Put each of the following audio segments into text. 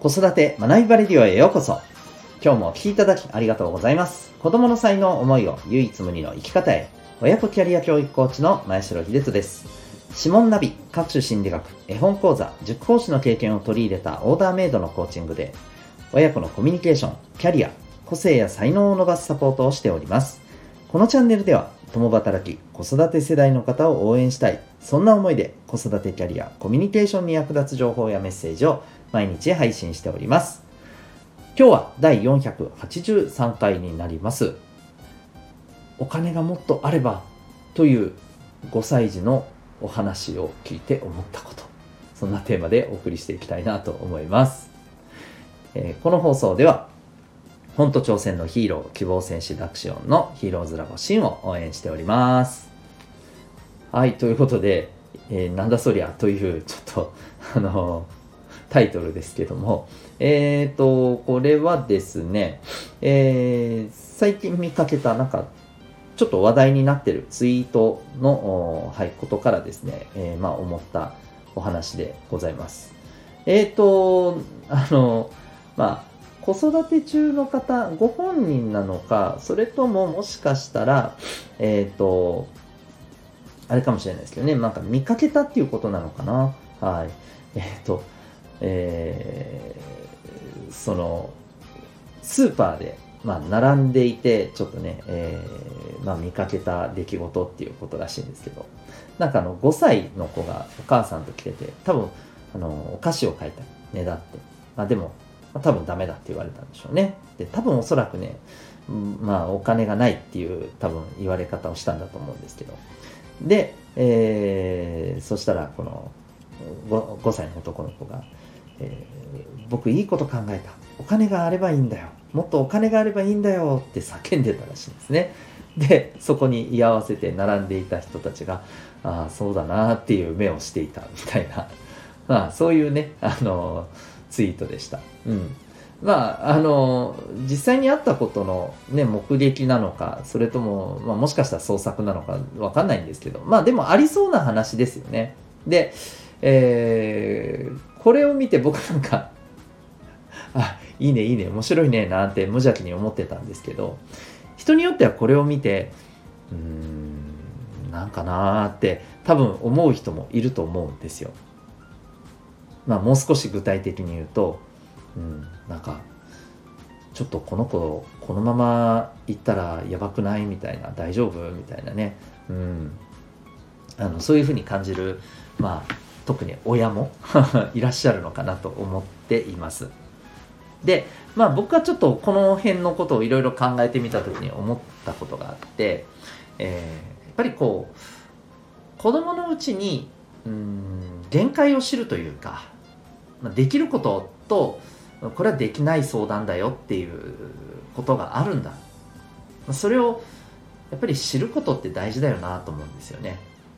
子育て学びバレディオへようこそ。今日もお聞きいただきありがとうございます。子供の才能、思いを唯一無二の生き方へ、親子キャリア教育コーチの前城秀人です。指紋ナビ、各種心理学、絵本講座、塾講師の経験を取り入れたオーダーメイドのコーチングで、親子のコミュニケーション、キャリア、個性や才能を伸ばすサポートをしております。このチャンネルでは、共働き、子育て世代の方を応援したい、そんな思いで子育てキャリア、コミュニケーションに役立つ情報やメッセージを毎日配信しております。今日は第483回になります。お金がもっとあればという5歳児のお話を聞いて思ったこと、そんなテーマでお送りしていきたいなと思います。この放送では本と挑戦のヒーロー、希望戦士ダクシオンのヒーローズラボシンを応援しております。はい、ということで、なんだそりゃというちょっとタイトルですけども、これはですね、最近見かけたちょっと話題になっているツイートの、ことからですね、思ったお話でございます。子育て中の方、ご本人なのか、それとももしかしたら、あれかもしれないですけどね、見かけたっていうことなのかな。はい。そのスーパーで、並んでいてちょっとね、見かけた出来事っていうことらしいんですけど、5歳の子がお母さんと来てて、多分お菓子を買いたい、ねだって、でも多分ダメだって言われたんでしょうね。で、多分おそらくね、お金がないっていう多分言われ方をしたんだと思うんですけど、で、そしたらこの 5歳の男の子が、僕いいこと考えた、お金があればいいんだよ、もっとお金があればいいんだよって叫んでたらしいんですね。で、そこに居合わせて並んでいた人たちが、ああそうだなっていう目をしていたみたいな、そういうねツイートでした。実際にあったことの、ね、目撃なのか、それとも、もしかしたら創作なのかわかんないんですけど、でもありそうな話ですよね。で、これを見て僕いいねいいね面白いねなんて無邪気に思ってたんですけど、人によってはこれを見てなんかなーって多分思う人もいると思うんですよ。もう少し具体的に言うと、ちょっとこの子このまま行ったらやばくないみたいな、大丈夫みたいなね、そういうふうに感じる、特に親もいらっしゃるのかなと思っています。で、僕はちょっとこの辺のことをいろいろ考えてみたときに思ったことがあって、やっぱり子供のうちに限界を知るというか、できることとこれはできない相談だよっていうことがあるんだ、それをやっぱり知ることって大事だよなと思うんですよね。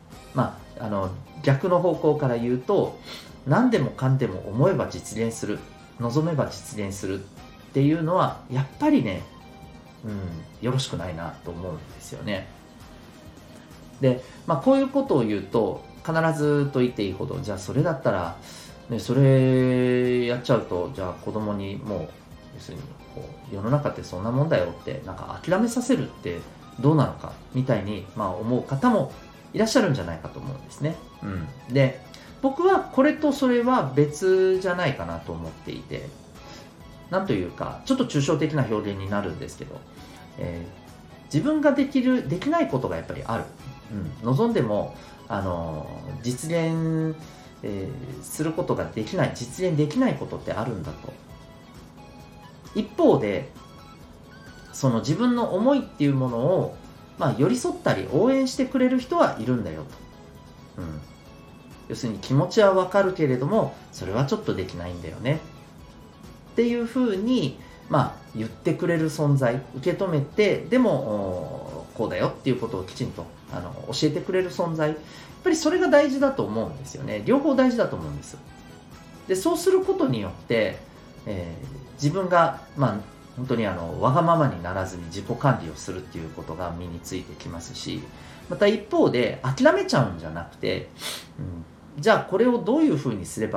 逆の方向から言うと、何でもかんでも思えば実現する、望めば実現するっていうのはやっぱりね、よろしくないなと思うんですよね。で、こういうことを言うと必ずと言っていいほど、じゃあそれだったら、それやっちゃうと、じゃあ子供にもう要するに世の中ってそんなもんだよって諦めさせるってどうなのかみたいに、思う方もいらっしゃるんじゃないかと思うんですね。で、僕はこれとそれは別じゃないかなと思っていて、なんというかちょっと抽象的な表現になるんですけど、自分ができないことがやっぱりある、望んでも実現、することができない、実現できないことってあるんだと。一方でその自分の思いっていうものを寄り添ったり応援してくれる人はいるんだよと、要するに気持ちはわかるけれどもそれはちょっとできないんだよねっていうふうに、言ってくれる存在、受け止めて、でもこうだよっていうことをきちんと教えてくれる存在、やっぱりそれが大事だと思うんですよね。両方大事だと思うんです。で、そうすることによって、自分が本当にわがままにならずに自己管理をするっていうことが身についてきますし、また一方で諦めちゃうんじゃなくて、じゃあこれをどういうふうにすれば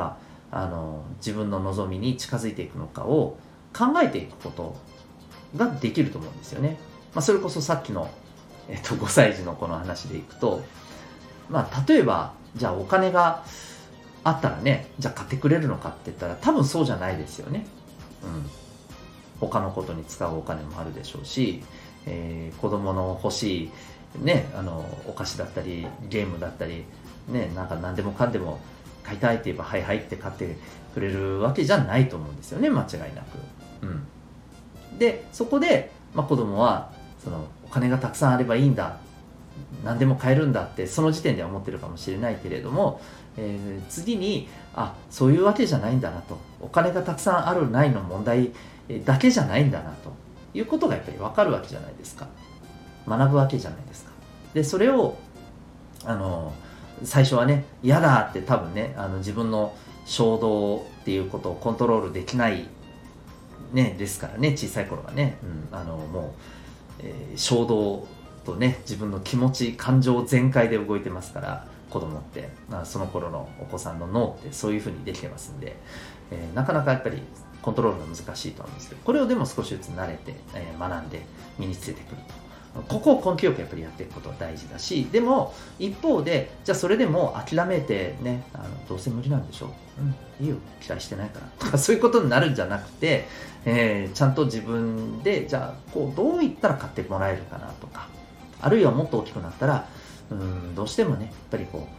自分の望みに近づいていくのかを考えていくことができると思うんですよね。それこそさっきの、5歳児の子の話でいくと、例えばじゃあお金があったらね、じゃあ買ってくれるのかって言ったら多分そうじゃないですよね。他のことに使うお金もあるでしょうし、子供の欲しいね、お菓子だったりゲームだったりね、なんか何でもかんでも買いたいって言えばはいはいって買ってくれるわけじゃないと思うんですよね、間違いなく。でそこで、子供はそのお金がたくさんあればいいんだ、何でも買えるんだってその時点では思ってるかもしれないけれども、次にそういうわけじゃないんだなと、お金がたくさんあるないの問題だけじゃないんだなということがやっぱり分かるわけじゃないですか。学ぶわけじゃないですか。でそれを最初はね、嫌だって多分ね、自分の衝動っていうことをコントロールできないねですからね、小さい頃はね、もう、衝動とね、自分の気持ち感情全開で動いてますから、子供って、その頃のお子さんの脳ってそういうふうにできてますんで、なかなかやっぱりコントロールが難しいと思うんですけど、これをでも少しずつ慣れて、学んで身につけてくると、ここを根気よくやっぱりやっていくことは大事だし、でも一方でじゃあそれでも諦めてね、どうせ無理なんでしょう、いいよ期待してないからとかそういうことになるんじゃなくて、ちゃんと自分でじゃあこうどういったら買ってもらえるかなとか、あるいはもっと大きくなったらどうしてもねやっぱりこ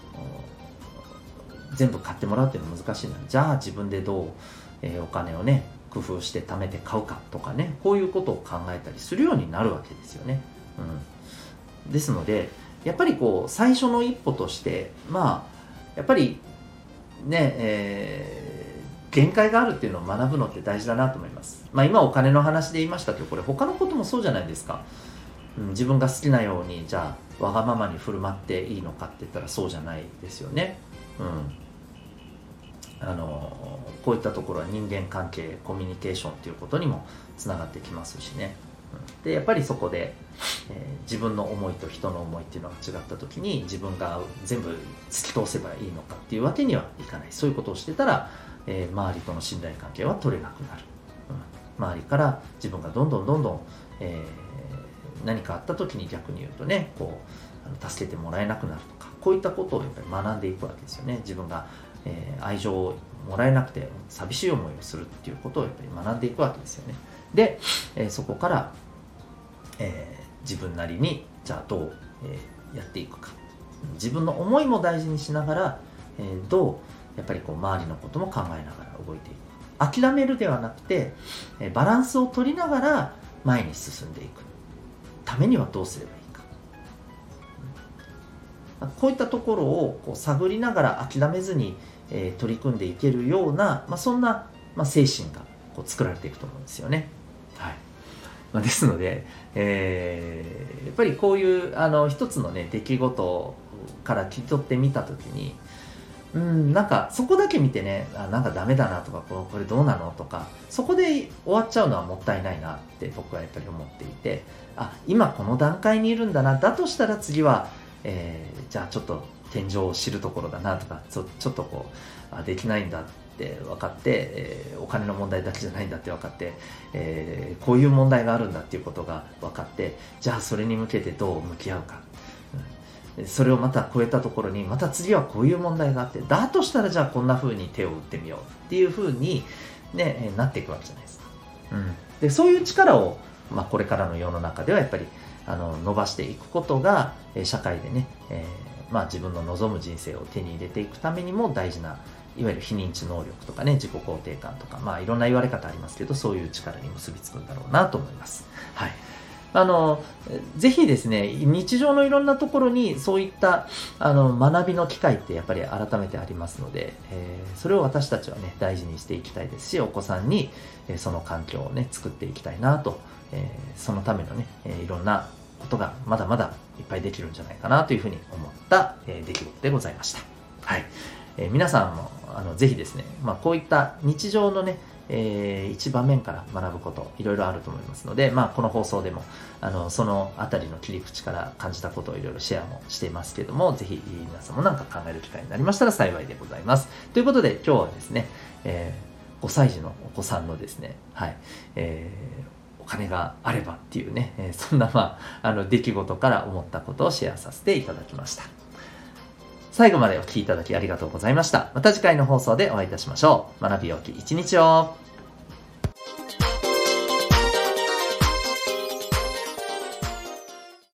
う全部買ってもらうっていうのは難しいので、じゃあ自分でどう、お金をね工夫して貯めて買うかとかね、こういうことを考えたりするようになるわけですよね。ですのでやっぱりこう最初の一歩としてやっぱりね、限界があるっていうのを学ぶのって大事だなと思います。今お金の話で言いましたけど、これ他のこともそうじゃないですか。自分が好きなようにじゃあわがままに振る舞っていいのかって言ったらそうじゃないですよね。こういったところは人間関係コミュニケーションっていうことにもつながってきますしね。でやっぱりそこで、自分の思いと人の思いっていうのが違った時に自分が全部突き通せばいいのかっていうわけにはいかない。そういうことをしてたら、周りとの信頼関係は取れなくなる。周りから自分がどんどん、何かあった時に逆に言うとね、こう助けてもらえなくなるとか、こういったことをやっぱり学んでいくわけですよね。自分が愛情をもらえなくて寂しい思いをするっていうことをやっぱり学んでいくわけですよね。で、そこから、自分なりにじゃあどう、やっていくか、自分の思いも大事にしながら、どうやっぱりこう周りのことも考えながら動いていく、諦めるではなくて、バランスを取りながら前に進んでいくためにはどうすればいいか、こういったところをこう探りながら諦めずに、取り組んでいけるような、そんな、精神がこう作られていくと思うんですよね。ですので、やっぱりこういう一つのね出来事から切り取ってみたときに、なんかそこだけ見てね、なんかダメだなとかこれどうなのとか、そこで終わっちゃうのはもったいないなって僕はやっぱり思っていて、今この段階にいるんだな、だとしたら次は、じゃあちょっと天井を知るところだなとか、ちょっとこうできないんだって分かって、お金の問題だけじゃないんだって分かって、こういう問題があるんだっていうことが分かって、じゃあそれに向けてどう向き合うか、それをまた超えたところにまた次はこういう問題があって、だとしたらじゃあこんな風に手を打ってみようっていう風に、ね、なっていくわけじゃないですか。でそういう力を、これからの世の中ではやっぱり伸ばしていくことが社会でね、自分の望む人生を手に入れていくためにも大事な、いわゆる非認知能力とかね、自己肯定感とか、いろんな言われ方ありますけど、そういう力に結びつくんだろうなと思います。ぜひですね、日常のいろんなところにそういった学びの機会ってやっぱり改めてありますので、それを私たちはね大事にしていきたいですし、お子さんにその環境をね作っていきたいなと、そのためのねいろんなことがまだまだいっぱいできるんじゃないかなというふうに思った出来事でございました。皆さんもぜひですね、こういった日常のね一場面から学ぶこといろいろあると思いますので、この放送でもそのあたりの切り口から感じたことをいろいろシェアもしていますけれども、ぜひ皆さんもなんか考える機会になりましたら幸いでございます。ということで今日はですね、5歳児のお子さんのですね、お金があればっていうね、そんな出来事から思ったことをシェアさせていただきました。最後までお聞きいただきありがとうございました。また次回の放送でお会いいたしましょう。学びよき一日を。